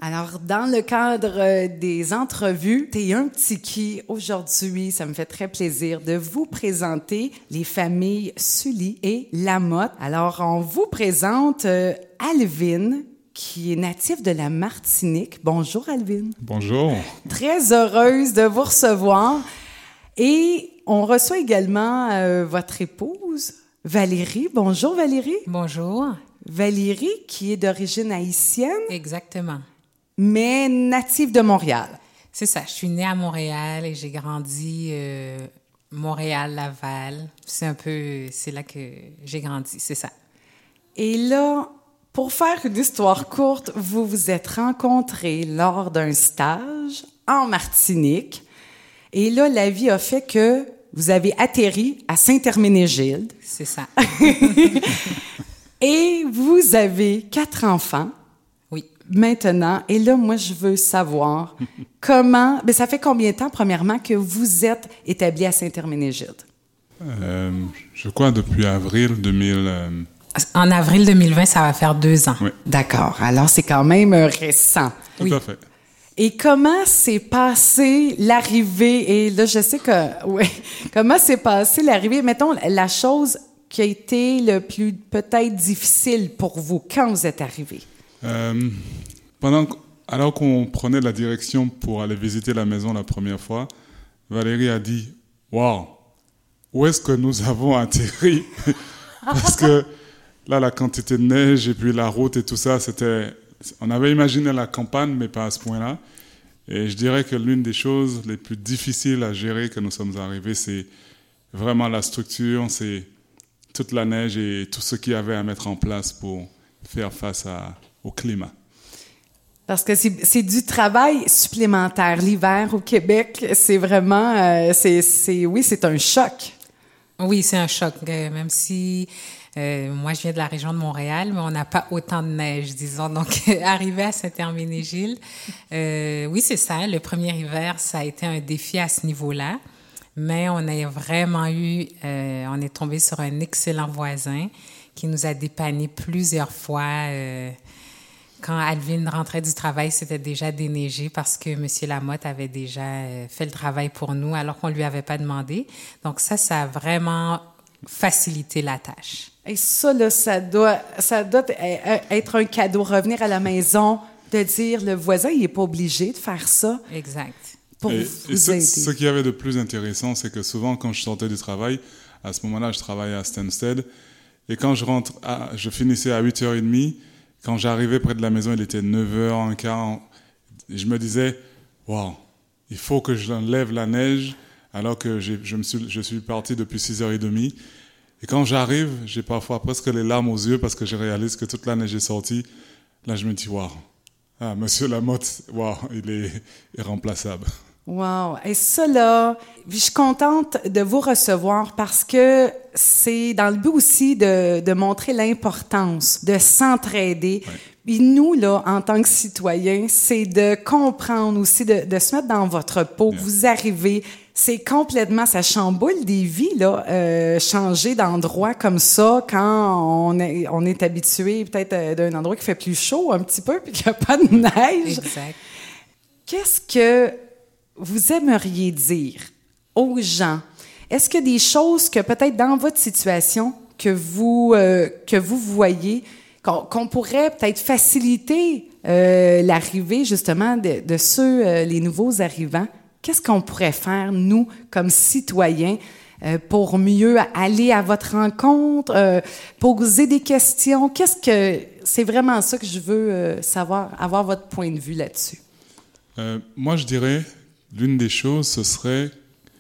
Alors, dans le cadre des entrevues, t'es un petit qui, aujourd'hui, ça me fait très plaisir de vous présenter les familles Sully et Lamotte. Alors, on vous présente Alvin, qui est natif de la Martinique. Bonjour, Alvin. Bonjour. Très heureuse de vous recevoir. Et on reçoit également votre épouse, Valérie. Bonjour, Valérie. Bonjour. Valérie, qui est d'origine haïtienne. Exactement. Mais native de Montréal. C'est ça. Je suis née à Montréal et j'ai grandi Montréal, Laval. C'est là que j'ai grandi, c'est ça. Et là, pour faire une histoire courte, vous vous êtes rencontrés lors d'un stage en Martinique. Et là, la vie a fait que vous avez atterri à Saint-Herménégilde. C'est ça. Et vous avez 4 enfants. Oui. Maintenant, et là, moi, je veux savoir comment... Mais ça fait combien de temps, premièrement, que vous êtes établi à Saint-Herménégilde? Je crois depuis avril 2000... En avril 2020, ça va faire 2 ans. Oui. D'accord. Alors, c'est quand même récent. Tout à fait. Et comment s'est passée l'arrivée? Et là, je sais que... Oui. Comment s'est passée l'arrivée? Mettons, la chose qui a été le plus peut-être difficile pour vous quand vous êtes arrivé? Alors qu'on prenait la direction pour aller visiter la maison la première fois, Valérie a dit « Wow, où est-ce que nous avons atterri ?» Parce que là, la quantité de neige et puis la route et tout ça, on avait imaginé la campagne, mais pas à ce point-là. Et je dirais que l'une des choses les plus difficiles à gérer que nous sommes arrivés, c'est vraiment la structure, c'est toute la neige et tout ce qu'il y avait à mettre en place pour faire face au climat. Parce que c'est du travail supplémentaire. L'hiver au Québec, c'est vraiment... oui, c'est un choc. Oui, c'est un choc. Même si moi, je viens de la région de Montréal, mais on n'a pas autant de neige, disons. Donc, arriver à Saint-Herménégilde, oui, c'est ça. Le premier hiver, ça a été un défi à ce niveau-là. Mais on a vraiment on est tombé sur un excellent voisin qui nous a dépanné plusieurs fois. Quand Alvin rentrait du travail, c'était déjà déneigé parce que M. Lamotte avait déjà fait le travail pour nous alors qu'on ne lui avait pas demandé. Donc ça a vraiment facilité la tâche. Et ça, là, ça doit être un cadeau. Revenir à la maison, de dire le voisin, il n'est pas obligé de faire ça. Exact. Pour vous aider. Ce qu'il y avait de plus intéressant, c'est que souvent, quand je sortais du travail, à ce moment-là, je travaillais à Stansted, et quand je finissais à 8h30, quand j'arrivais près de la maison, il était 9h15, et je me disais, wow, il faut que je lève la neige, alors que je suis parti depuis 6h30. Et quand j'arrive, j'ai parfois presque les larmes aux yeux parce que je réalise que toute la neige est sortie. Là, je me dis, wow, Monsieur Lamotte, wow, il est irremplaçable. Wow! Et ça, là, je suis contente de vous recevoir parce que c'est dans le but aussi de montrer l'importance de s'entraider. Ouais. Puis nous, là, en tant que citoyens, c'est de comprendre aussi, de se mettre dans votre peau. Yeah. Vous arrivez, c'est complètement, ça chamboule des vies, là, changer d'endroit comme ça quand on est habitué peut-être d'un endroit qui fait plus chaud un petit peu puis qu'il n'y a pas de neige. Exact. Qu'est-ce que vous aimeriez dire aux gens? Est-ce qu'il y a des choses que peut-être dans votre situation que vous voyez qu'on pourrait peut-être faciliter l'arrivée justement de ceux, les nouveaux arrivants? Qu'est-ce qu'on pourrait faire, nous, comme citoyens, pour mieux aller à votre rencontre, poser des questions? C'est vraiment ça que je veux savoir, avoir votre point de vue là-dessus. Moi, je dirais, l'une des choses, ce serait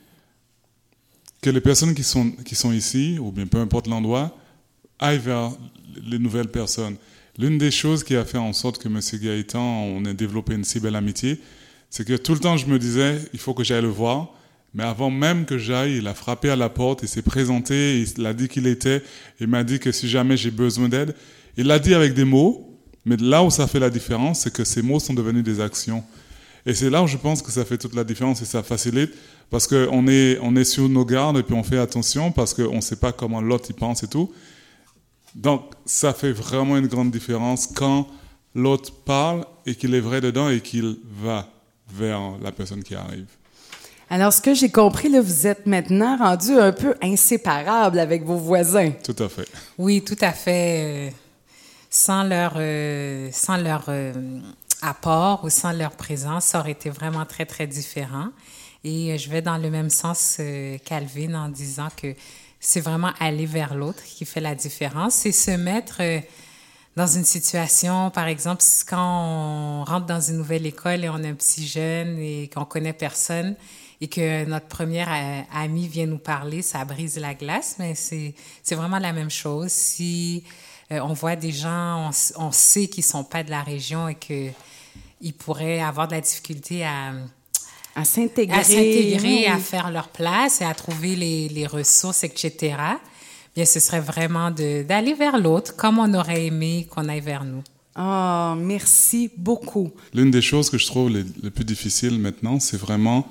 que les personnes qui sont ici, ou bien peu importe l'endroit, aillent vers les nouvelles personnes. L'une des choses qui a fait en sorte que M. Gaëtan, on ait développé une si belle amitié, c'est que tout le temps, je me disais, il faut que j'aille le voir. Mais avant même que j'aille, il a frappé à la porte, il s'est présenté, il a dit qu'il était, il m'a dit que si jamais j'ai besoin d'aide, il l'a dit avec des mots, mais là où ça fait la différence, c'est que ces mots sont devenus des actions. Et c'est là où je pense que ça fait toute la différence et ça facilite, parce qu'on est sur nos gardes et puis on fait attention, parce qu'on ne sait pas comment l'autre y pense et tout. Donc, ça fait vraiment une grande différence quand l'autre parle et qu'il est vrai dedans et qu'il va vers la personne qui arrive. Alors, ce que j'ai compris, là, vous êtes maintenant rendu un peu inséparable avec vos voisins. Tout à fait. Oui, tout à fait. Sans leur apport ou sans leur présence, ça aurait été vraiment très, très différent. Et je vais dans le même sens qu'Alvin en disant que c'est vraiment aller vers l'autre qui fait la différence. C'est se mettre dans une situation, par exemple, quand on rentre dans une nouvelle école et on est un petit jeune et qu'on connaît personne et que notre première amie vient nous parler, ça brise la glace, mais c'est vraiment la même chose. Si on voit des gens, on sait qu'ils sont pas de la région et qu'ils pourraient avoir de la difficulté à s'intégrer, à faire leur place et à trouver les ressources, etc., bien, ce serait vraiment d'aller vers l'autre comme on aurait aimé qu'on aille vers nous. Ah, merci beaucoup. L'une des choses que je trouve les plus difficiles maintenant, c'est vraiment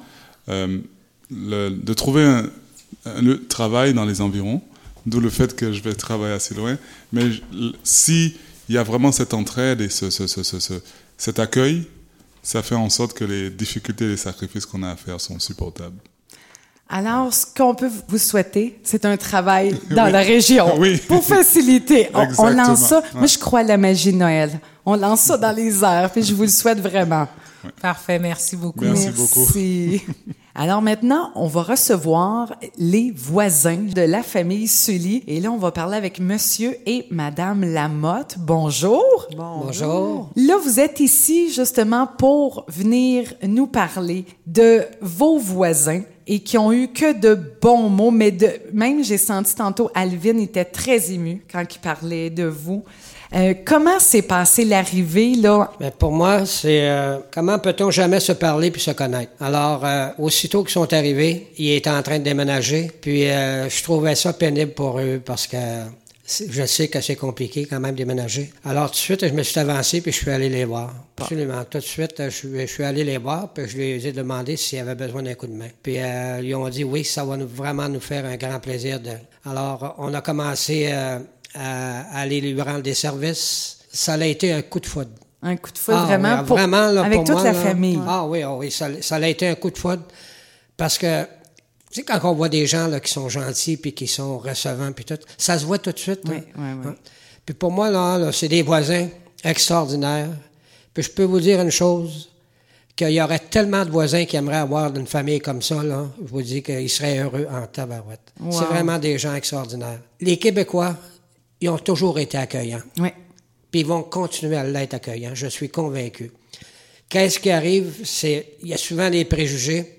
de trouver un travail dans les environs, d'où le fait que je vais travailler assez loin. Mais s'il y a vraiment cette entraide et cet accueil, ça fait en sorte que les difficultés et les sacrifices qu'on a à faire sont supportables. Alors, ce qu'on peut vous souhaiter, c'est un travail dans la région Oui. pour faciliter. On lance ça. Ouais. Moi, je crois à la magie de Noël. On lance ça dans les airs, puis je vous le souhaite vraiment. Ouais. Parfait, merci beaucoup. Merci beaucoup. Alors maintenant, on va recevoir les voisins de la famille Sully. Et là, on va parler avec Monsieur et Madame Lamotte. Bonjour. Bonjour. Là, vous êtes ici justement pour venir nous parler de vos voisins et qui ont eu que de bons mots, mais même j'ai senti tantôt, Alvin était très ému quand il parlait de vous. Comment s'est passée l'arrivée, là? Mais pour moi, c'est comment peut-on jamais se parler puis se connaître? Alors, aussitôt qu'ils sont arrivés, ils étaient en train de déménager, puis je trouvais ça pénible pour eux parce que je sais que c'est compliqué quand même déménager. Alors, tout de suite, je me suis avancé puis je suis allé les voir. Absolument. Tout de suite, je suis allé les voir puis je les ai demandé s'ils avaient besoin d'un coup de main. Puis, ils ont dit oui, ça va vraiment nous faire un grand plaisir. Alors, on a commencé à aller lui rendre des services. Ça a été un coup de foudre. Un coup de foudre, vraiment, oui, vraiment là, avec pour toute moi, la là, famille. Ah oui, ça a été un coup de foudre parce que, tu sais, quand on voit des gens là, qui sont gentils puis qui sont recevants puis tout, ça se voit tout de suite. Oui, hein. oui. Puis pour moi, là, c'est des voisins extraordinaires. Puis je peux vous dire une chose, qu'il y aurait tellement de voisins qui aimeraient avoir une famille comme ça, là. Je vous dis qu'ils seraient heureux en tabarouette. Wow. C'est vraiment des gens extraordinaires. Les Québécois, ils ont toujours été accueillants. Oui. Puis ils vont continuer à l'être accueillants. Je suis convaincu. Qu'est-ce qui arrive? Il y a souvent des préjugés.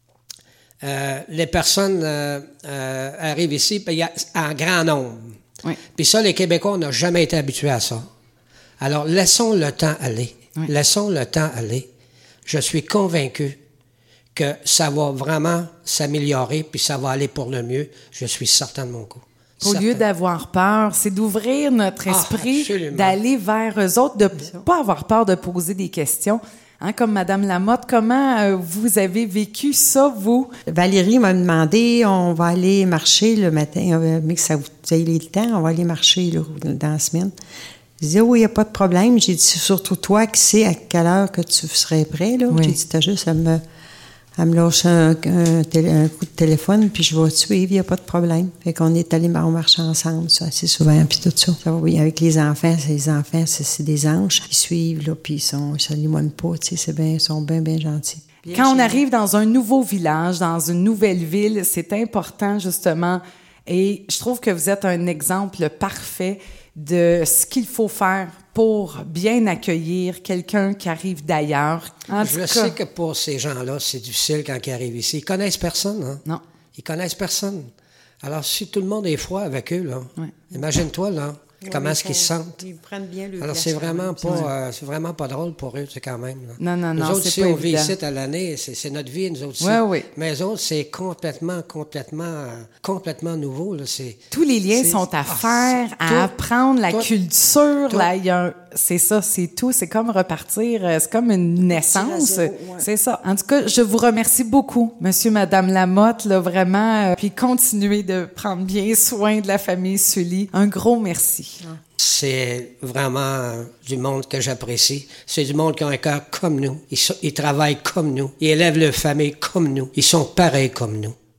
Les personnes arrivent ici, puis il y a en grand nombre. Oui. Puis ça, les Québécois, on n'a jamais été habitués à ça. Alors, laissons le temps aller. Oui. Laissons le temps aller. Je suis convaincu que ça va vraiment s'améliorer, puis ça va aller pour le mieux. Je suis certain de mon coup. Au lieu d'avoir peur, c'est d'ouvrir notre esprit, absolument. d'aller vers eux autres, de pas avoir peur de poser des questions. Hein, comme Madame Lamotte, comment vous avez vécu ça, vous? Valérie m'a demandé, on va aller marcher le matin, mais que ça vous ait le temps, on va aller marcher là, dans la semaine. Je disais, oui, il n'y a pas de problème. J'ai dit, c'est surtout toi qui sais à quelle heure que tu serais prêt. Là. Oui. J'ai dit, t'as juste à me lâcher un coup de téléphone, puis je vais te suivre, il n'y a pas de problème. Fait qu'on est allés marcher ensemble, ça, assez souvent, puis tout ça. Ça va bien. Avec les enfants, c'est des anges. Ils suivent, là, puis ils se limonent pas, tu sais, ils sont bien, bien gentils. Quand on arrive dans un nouveau village, dans une nouvelle ville, c'est important, justement, et je trouve que vous êtes un exemple parfait de ce qu'il faut faire pour bien accueillir quelqu'un qui arrive d'ailleurs. Je sais que pour ces gens-là, c'est difficile quand ils arrivent ici. Ils connaissent personne, hein? Non. Ils connaissent personne. Alors, si tout le monde est froid avec eux, là, imagine-toi, là, comment est-ce qu'ils se sentent. Ils prennent bien le Alors, c'est vraiment pas drôle pour eux, c'est quand même. Là. Non, nous autres, c'est si pas on vit évident. ici à l'année, c'est notre vie, nous autres aussi. Oui. Mais eux autres, c'est complètement nouveau. Là. Tous les liens sont à faire, à apprendre, la culture. Là, c'est ça, c'est tout. C'est comme repartir, c'est comme une naissance. C'est ça. En tout cas, je vous remercie beaucoup, Monsieur, Madame Lamotte, là, vraiment. Puis continuez de prendre bien soin de la famille Sully. Un gros merci. C'est vraiment du monde que j'apprécie. C'est du monde qui a un cœur comme nous. Ils travaillent comme nous. Ils élèvent leur famille comme nous. Ils sont pareils comme nous.